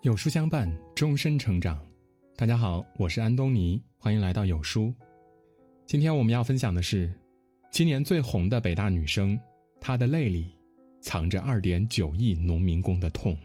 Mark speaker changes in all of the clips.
Speaker 1: 有书相伴，终身成长。大家好，我是安东尼，欢迎来到有书。今天我们要分享的是，今年最红的北大女生，她的泪里藏着 2.9 亿农民工的痛。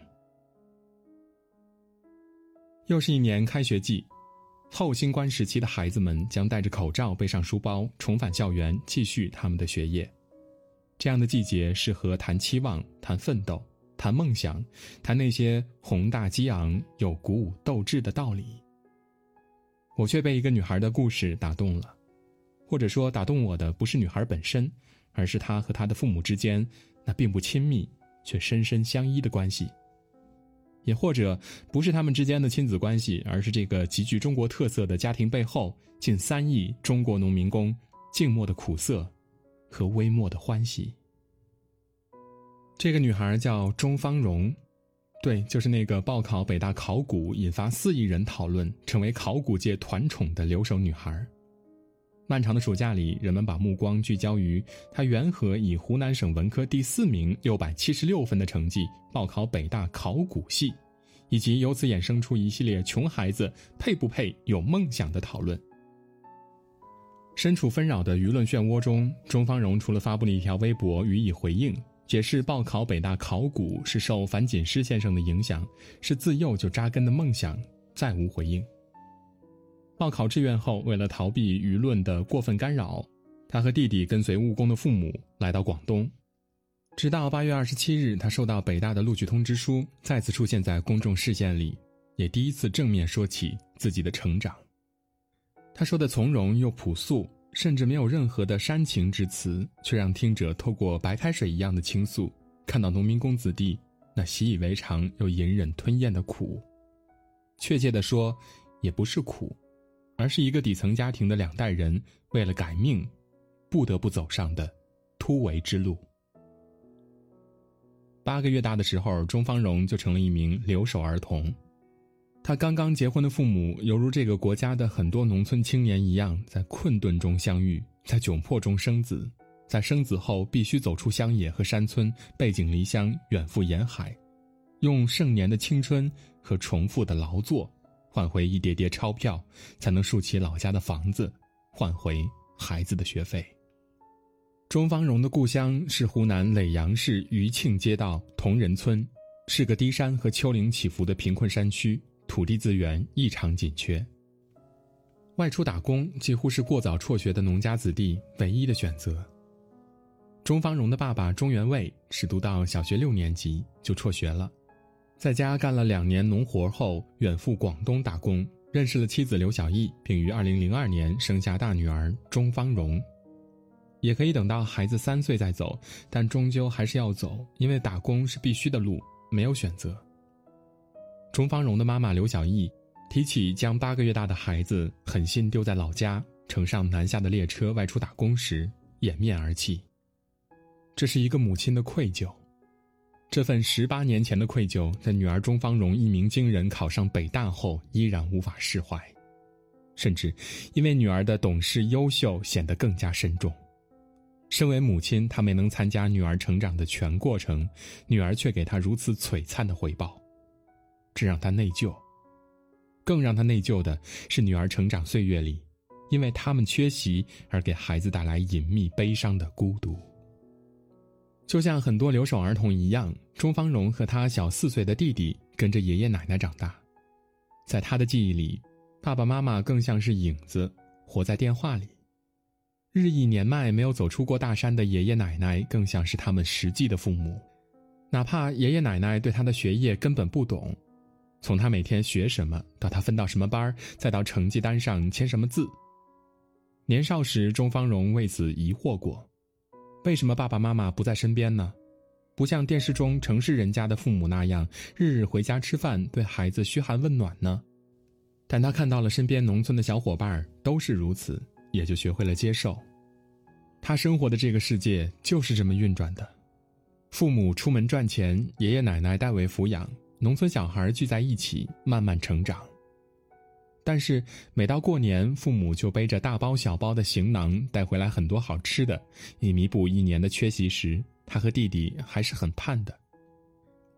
Speaker 1: 又是一年开学季，后新冠时期的孩子们将戴着口罩，背上书包，重返校园，继续他们的学业。这样的季节适合谈期望，谈奋斗，谈梦想，谈那些宏大激昂又鼓舞斗志的道理。我却被一个女孩的故事打动了，或者说打动我的不是女孩本身，而是她和她的父母之间那并不亲密却深深相依的关系。也或者不是他们之间的亲子关系，而是这个极具中国特色的家庭背后近3亿中国农民工静默的苦涩和微末的欢喜。这个女孩叫钟芳蓉，对，就是那个报考北大考古引发4亿人讨论，成为考古界团宠的留守女孩。漫长的暑假里，人们把目光聚焦于她缘何以湖南省文科第4名676分的成绩报考北大考古系，以及由此衍生出一系列穷孩子配不配有梦想的讨论。身处纷扰的舆论漩涡中，钟芳蓉除了发布了一条微博予以回应，解释报考北大考古是受樊锦诗先生的影响，是自幼就扎根的梦想，再无回应。报考志愿后，为了逃避舆论的过分干扰，他和弟弟跟随务工的父母来到广东。直到8月27日，他收到北大的录取通知书，再次出现在公众视线里，也第一次正面说起自己的成长。他说的从容又朴素，甚至没有任何的煽情之词，却让听者透过白开水一样的倾诉，看到农民工子弟那习以为常又隐忍吞咽的苦。确切地说，也不是苦，而是一个底层家庭的2代人为了改命不得不走上的突围之路。8个月大的时候，钟芳蓉就成了一名留守儿童。她刚刚结婚的父母犹如这个国家的很多农村青年一样，在困顿中相遇，在窘迫中生子，在生子后必须走出乡野和山村，背井离乡，远赴沿海，用盛年的青春和重复的劳作换回一叠叠钞票，才能竖起老家的房子，换回孩子的学费。钟芳蓉的故乡是湖南耒阳市余庆街道同仁村，是个低山和丘陵起伏的贫困山区，土地资源异常紧缺。外出打工几乎是过早辍学的农家子弟唯一的选择。钟芳蓉的爸爸钟元卫只读到小学6年级就辍学了，在家干了2年农活后，远赴广东打工，认识了妻子刘小艺，并于2002年生下大女儿钟芳蓉。也可以等到孩子3岁再走，但终究还是要走，因为打工是必须的路，没有选择。钟芳蓉的妈妈刘小艺提起将8个月大的孩子狠心丢在老家，乘上南下的列车外出打工时，掩面而泣。这是一个母亲的愧疚，这份18年前的愧疚，在女儿钟芳蓉一鸣惊人考上北大后依然无法释怀，甚至因为女儿的懂事优秀显得更加深重。身为母亲，她没能参加女儿成长的全过程，女儿却给她如此璀璨的回报，这让她内疚。更让她内疚的是女儿成长岁月里，因为他们缺席而给孩子带来隐秘悲伤的孤独。就像很多留守儿童一样，钟芳蓉和她小4岁的弟弟跟着爷爷奶奶长大。在她的记忆里，爸爸妈妈更像是影子，活在电话里。日益年迈没有走出过大山的爷爷奶奶更像是他们实际的父母，哪怕爷爷奶奶对他的学业根本不懂，从他每天学什么到他分到什么班，再到成绩单上签什么字。年少时，钟芳蓉为此疑惑过，为什么爸爸妈妈不在身边呢？不像电视中城市人家的父母那样日日回家吃饭，对孩子嘘寒问暖呢？但他看到了身边农村的小伙伴都是如此，也就学会了接受。他生活的这个世界就是这么运转的，父母出门赚钱，爷爷奶奶代为抚养，农村小孩聚在一起慢慢成长。但是每到过年，父母就背着大包小包的行囊带回来很多好吃的，以弥补1年的缺席时，他和弟弟还是很盼的。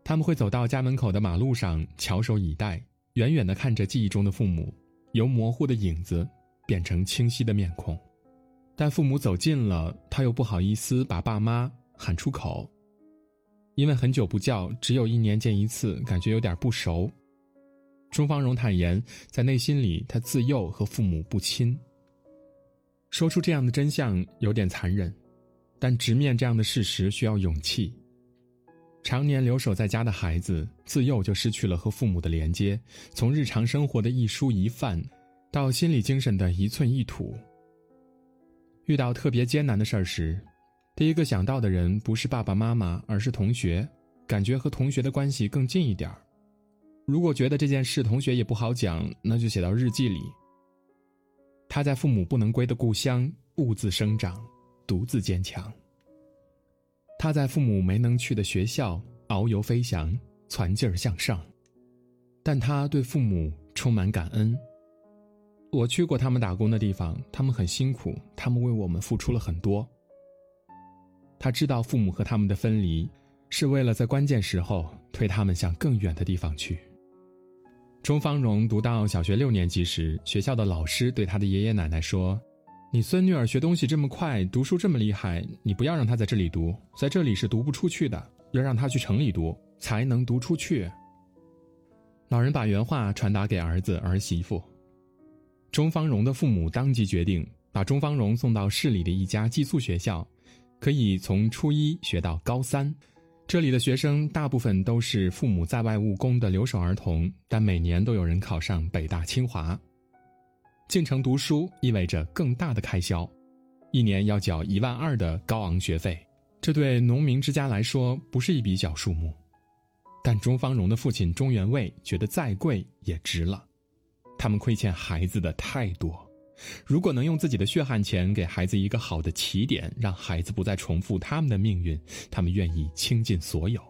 Speaker 1: 他们会走到家门口的马路上，翘首以待，远远地看着记忆中的父母，由模糊的影子变成清晰的面孔。但父母走近了，他又不好意思把爸妈喊出口，因为很久不叫，只有1年见一次，感觉有点不熟。钟芳蓉坦言，在内心里他自幼和父母不亲。说出这样的真相有点残忍，但直面这样的事实需要勇气。常年留守在家的孩子，自幼就失去了和父母的连接，从日常生活的一蔬一饭，到心理精神的一寸一土。遇到特别艰难的事儿时，第一个想到的人不是爸爸妈妈，而是同学，感觉和同学的关系更近一点。如果觉得这件事同学也不好讲，那就写到日记里。他在父母不能归的故乡兀自生长，独自坚强。他在父母没能去的学校遨游飞翔，攒劲儿向上。但他对父母充满感恩。我去过他们打工的地方，他们很辛苦，他们为我们付出了很多。他知道父母和他们的分离，是为了在关键时候推他们向更远的地方去。钟芳蓉读到小学6年级时，学校的老师对她的爷爷奶奶说，你孙女儿学东西这么快，读书这么厉害，你不要让她在这里读，在这里是读不出去的，要让她去城里读，才能读出去。老人把原话传达给儿子儿媳妇。钟芳蓉的父母当即决定把钟芳蓉送到市里的一家寄宿学校，可以从初1学到高3。这里的学生大部分都是父母在外务工的留守儿童，但每年都有人考上北大清华。进城读书意味着更大的开销，一年要缴12000的高昂学费，这对农民之家来说不是一笔小数目。但钟芳蓉的父亲钟元卫觉得再贵也值了，他们亏欠孩子的太多，如果能用自己的血汗钱给孩子一个好的起点，让孩子不再重复他们的命运，他们愿意倾尽所有。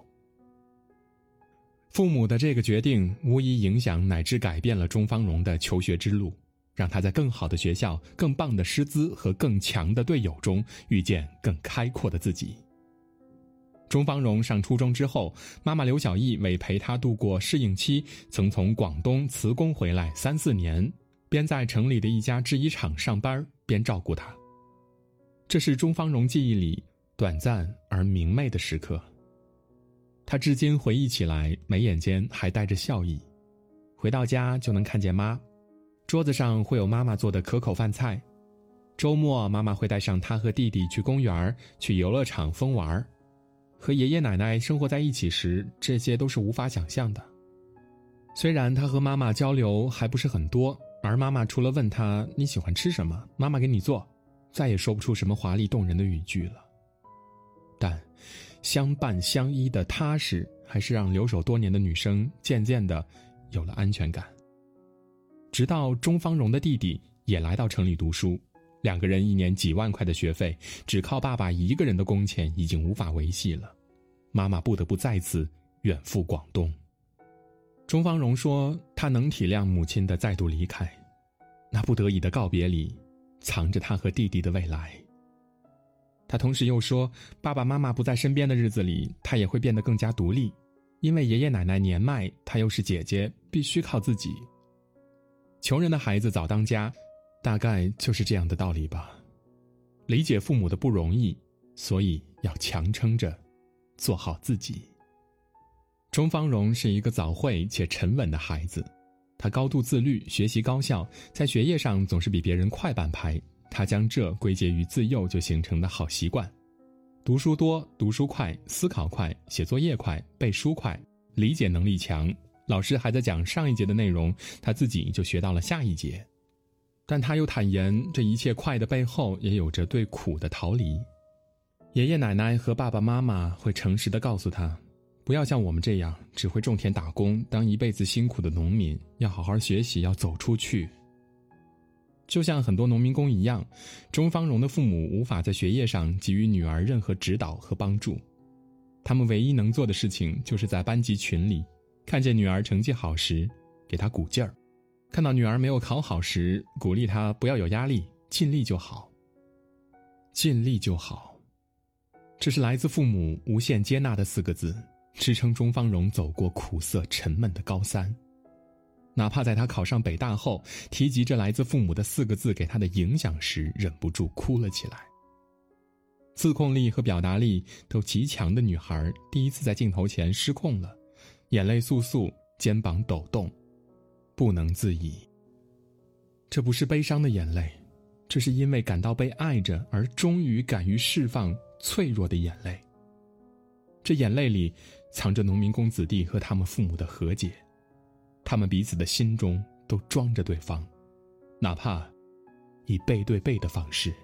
Speaker 1: 父母的这个决定无疑影响乃至改变了钟芳蓉的求学之路，让她在更好的学校、更棒的师资和更强的队友中遇见更开阔的自己。钟芳蓉上初中之后，妈妈刘小艺为陪她度过适应期，曾从广东辞工回来3、4年，边在城里的一家制衣厂上班，边照顾她。这是钟芳蓉记忆里短暂而明媚的时刻。她至今回忆起来，眉眼间还带着笑意。回到家就能看见妈，桌子上会有妈妈做的可口饭菜。周末妈妈会带上她和弟弟去公园、去游乐场疯玩。和爷爷奶奶生活在一起时，这些都是无法想象的。虽然她和妈妈交流还不是很多，而妈妈除了问她你喜欢吃什么，妈妈给你做，再也说不出什么华丽动人的语句了。但相伴相依的踏实，还是让留守多年的女生渐渐的有了安全感。直到钟芳蓉的弟弟也来到城里读书，2个人1年几万块的学费，只靠爸爸一个人的工钱已经无法维系了。妈妈不得不再次远赴广东。钟芳蓉说，她能体谅母亲的再度离开，那不得已的告别里，藏着她和弟弟的未来。她同时又说，爸爸妈妈不在身边的日子里，她也会变得更加独立，因为爷爷奶奶年迈，她又是姐姐，必须靠自己。穷人的孩子早当家，大概就是这样的道理吧。理解父母的不容易，所以要强撑着做好自己。钟芳蓉是一个早慧且沉稳的孩子，她高度自律，学习高效，在学业上总是比别人快半拍。她将这归结于自幼就形成的好习惯：读书多、读书快、思考快、写作业快、背书快、理解能力强。老师还在讲上一节的内容，她自己就学到了下一节。但她又坦言，这一切快的背后也有着对苦的逃离。爷爷奶奶和爸爸妈妈会诚实地告诉她，不要像我们这样只会种田打工，当一辈子辛苦的农民，要好好学习，要走出去。就像很多农民工一样，钟芳蓉的父母无法在学业上给予女儿任何指导和帮助。他们唯一能做的事情，就是在班级群里看见女儿成绩好时给她鼓劲儿，看到女儿没有考好时鼓励她不要有压力，尽力就好。尽力就好，这是来自父母无限接纳的4个字， 支撑钟芳蓉走过苦涩沉闷的高三。哪怕在她考上北大后，提及这来自父母的4个字给她的影响时，忍不住哭了起来。自控力和表达力都极强的女孩，第一次在镜头前失控了，眼泪簌簌，肩膀抖动，不能自已。这不是悲伤的眼泪，这是因为感到被爱着而终于敢于释放脆弱的眼泪。这眼泪里藏着农民工子弟和他们父母的和解，他们彼此的心中都装着对方，哪怕以背对背的方式。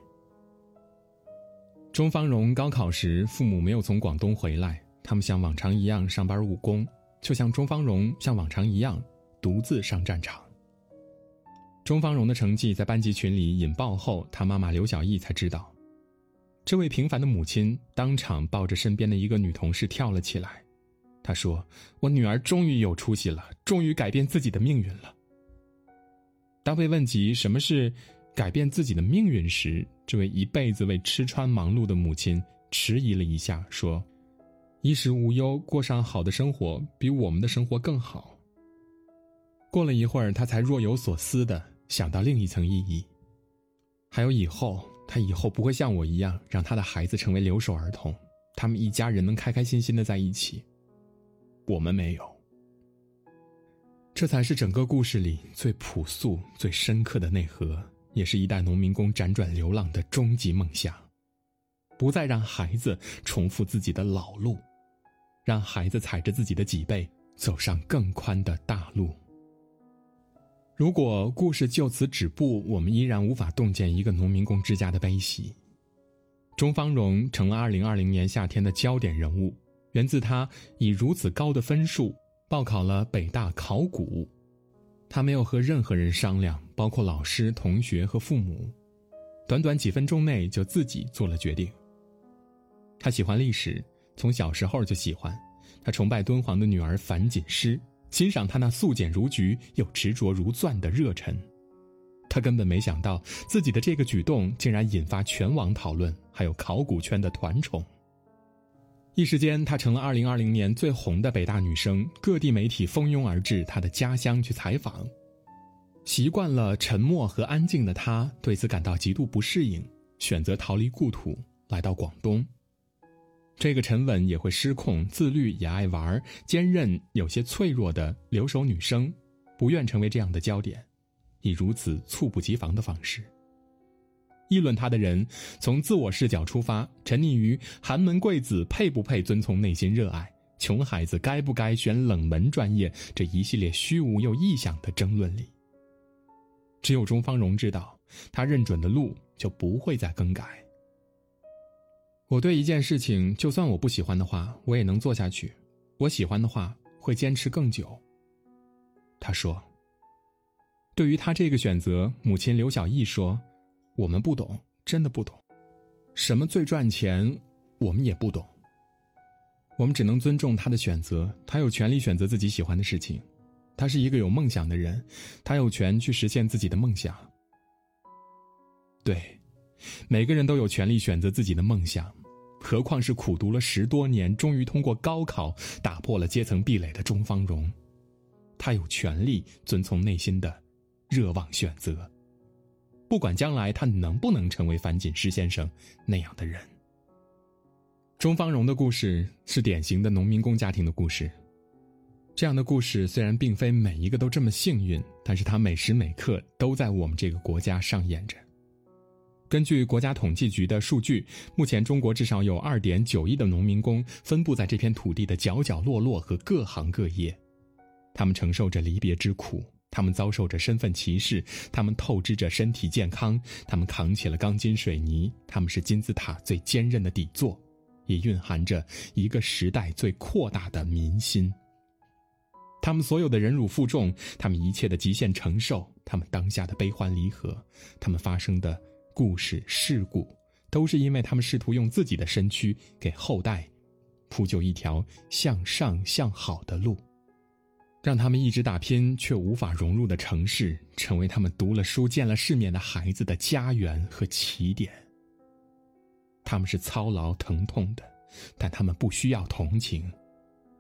Speaker 1: 钟芳蓉高考时，父母没有从广东回来，他们像往常一样上班务工，就像钟芳蓉像往常一样独自上战场。钟芳蓉的成绩在班级群里引爆后，她妈妈刘小艺才知道。这位平凡的母亲当场抱着身边的一个女同事跳了起来。她说：“我女儿终于有出息了，终于改变自己的命运了。”当被问及什么是改变自己的命运时，这位一辈子为吃穿忙碌的母亲迟疑了一下，说：“衣食无忧，过上好的生活，比我们的生活更好。”过了一会儿，她才若有所思地想到另一层意义。还有以后，她以后不会像我一样让她的孩子成为留守儿童，他们一家人能开开心心地在一起。我们没有。这才是整个故事里最朴素、最深刻的内核，也是一代农民工辗转流浪的终极梦想。不再让孩子重复自己的老路，让孩子踩着自己的脊背走上更宽的大路。如果故事就此止步，我们依然无法洞见一个农民工之家的悲喜。钟芳蓉成了2020年夏天的焦点人物，源自她以如此高的分数报考了北大考古。她没有和任何人商量，包括老师、同学和父母，短短几分钟内就自己做了决定。她喜欢历史，从小时候就喜欢。她崇拜敦煌的女儿樊锦诗，欣赏她那素简如菊又执着如钻的热忱。她根本没想到自己的这个举动竟然引发全网讨论，还有考古圈的团宠。一时间，她成了2020年最红的北大女生，各地媒体蜂拥而至她的家乡去采访。习惯了沉默和安静的她对此感到极度不适应，选择逃离故土，来到广东。这个沉稳也会失控、自律也爱玩、坚韧有些脆弱的留守女生，不愿成为这样的焦点，以如此猝不及防的方式。议论她的人从自我视角出发，沉溺于寒门贵子配不配遵从内心热爱，穷孩子该不该选冷门专业这一系列虚无又臆想的争论里。只有钟芳蓉知道，她认准的路就不会再更改。我对一件事情，就算我不喜欢的话，我也能做下去；我喜欢的话，会坚持更久。他说。对于他这个选择，母亲刘小艺说：“我们不懂，真的不懂。什么最赚钱，我们也不懂。我们只能尊重他的选择，他有权利选择自己喜欢的事情。他是一个有梦想的人，他有权去实现自己的梦想。”对，每个人都有权利选择自己的梦想，何况是苦读了10多年，终于通过高考打破了阶层壁垒的钟芳蓉。她有权利遵从内心的热望选择，不管将来她能不能成为樊锦诗先生那样的人。钟芳蓉的故事是典型的农民工家庭的故事。这样的故事虽然并非每一个都这么幸运，但是它每时每刻都在我们这个国家上演着。根据国家统计局的数据，目前中国至少有2.9亿的农民工分布在这片土地的角角落落和各行各业。他们承受着离别之苦，他们遭受着身份歧视，他们透支着身体健康，他们扛起了钢筋水泥，他们是金字塔最坚韧的底座，也蕴含着一个时代最扩大的民心。他们所有的忍辱负重，他们一切的极限承受，他们当下的悲欢离合，他们发生的故事事故，都是因为他们试图用自己的身躯给后代铺就一条向上向好的路，让他们一直打拼却无法融入的城市，成为他们读了书见了世面的孩子的家园和起点。他们是操劳疼痛的，但他们不需要同情，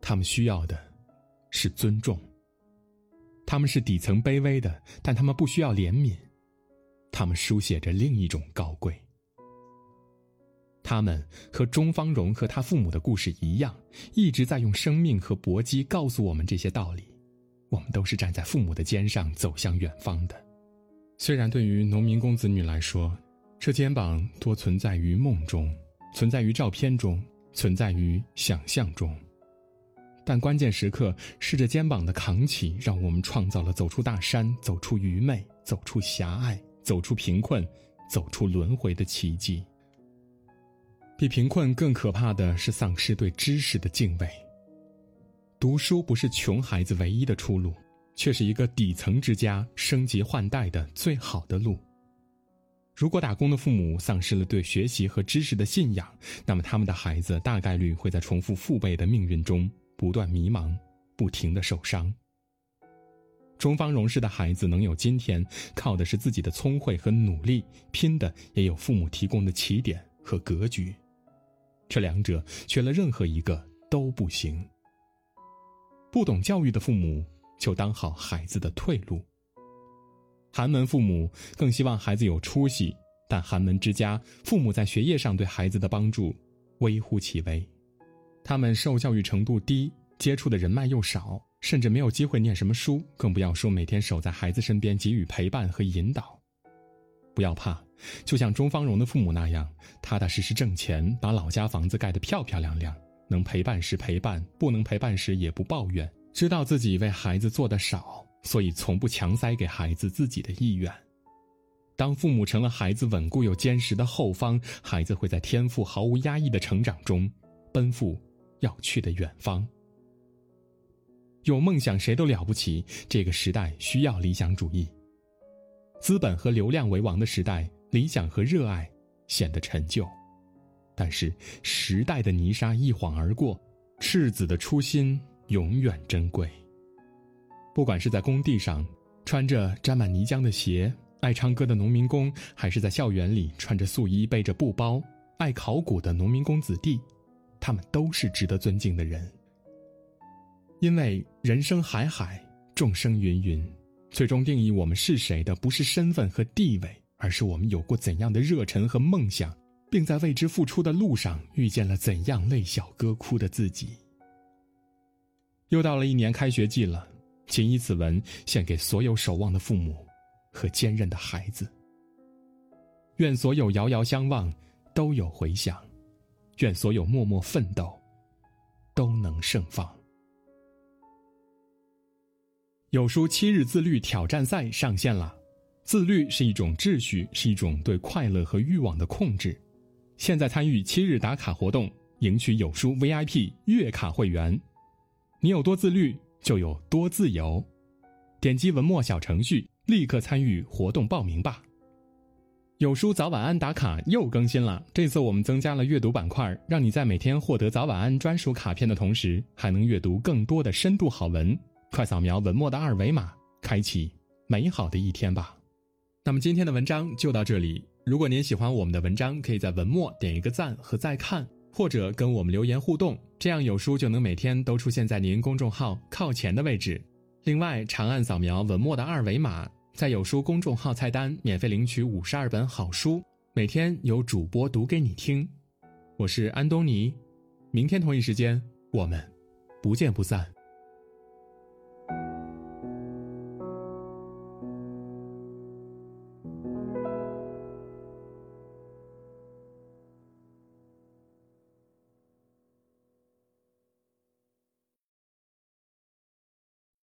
Speaker 1: 他们需要的是尊重。他们是底层卑微的，但他们不需要怜悯。他们书写着另一种高贵。他们和钟芳荣和他父母的故事一样，一直在用生命和搏击告诉我们这些道理。我们都是站在父母的肩上走向远方的。虽然对于农民工子女来说，这肩膀多存在于梦中，存在于照片中，存在于想象中，但关键时刻是这肩膀的扛起，让我们创造了走出大山，走出愚昧，走出狭隘，走出贫困，走出轮回的奇迹。比贫困更可怕的是丧失对知识的敬畏。读书不是穷孩子唯一的出路，却是一个底层之家升级换代的最好的路。如果打工的父母丧失了对学习和知识的信仰，那么他们的孩子大概率会在重复父辈的命运中不断迷茫，不停地受伤。钟芳荣式的孩子能有今天，靠的是自己的聪慧和努力，拼的也有父母提供的起点和格局。这两者缺了任何一个都不行。不懂教育的父母就当好孩子的退路。寒门父母更希望孩子有出息，但寒门之家父母在学业上对孩子的帮助微乎其微。他们受教育程度低，接触的人脉又少，甚至没有机会念什么书，更不要说每天守在孩子身边给予陪伴和引导。不要怕，就像钟芳荣的父母那样，踏踏实实挣钱，把老家房子盖得漂漂亮亮，能陪伴时陪伴，不能陪伴时也不抱怨，知道自己为孩子做得少，所以从不强塞给孩子自己的意愿。当父母成了孩子稳固又坚实的后方，孩子会在天赋毫无压抑的成长中奔赴要去的远方。有梦想谁都了不起，这个时代需要理想主义。资本和流量为王的时代，理想和热爱显得陈旧。但是时代的泥沙一晃而过，赤子的初心永远珍贵。不管是在工地上穿着沾满泥浆的鞋，爱唱歌的农民工，还是在校园里穿着素衣背着布包爱考古的农民工子弟，他们都是值得尊敬的人。因为人生海海，众生芸芸，最终定义我们是谁的不是身份和地位，而是我们有过怎样的热忱和梦想，并在为之付出的路上遇见了怎样泪小歌哭的自己。又到了一年开学季了，谨以此文献给所有守望的父母和坚韧的孩子。愿所有遥遥相望都有回响，愿所有默默奋斗都能盛放。有书7日自律挑战赛上线了。自律是一种秩序，是一种对快乐和欲望的控制。现在参与7日打卡活动，赢取有书 VIP 月卡会员。你有多自律，就有多自由。点击文末小程序，立刻参与活动报名吧。有书早晚安打卡又更新了，这次我们增加了阅读板块，让你在每天获得早晚安专属卡片的同时，还能阅读更多的深度好文。快扫描文末的2维码，开启美好的一天吧。那么今天的文章就到这里，如果您喜欢我们的文章，可以在文末点一个赞和再看，或者跟我们留言互动，这样有书就能每天都出现在您公众号靠前的位置。另外，长按扫描文末的2维码，在有书公众号菜单免费领取52本好书，每天有主播读给你听。我是安东尼，明天同一时间我们不见不散。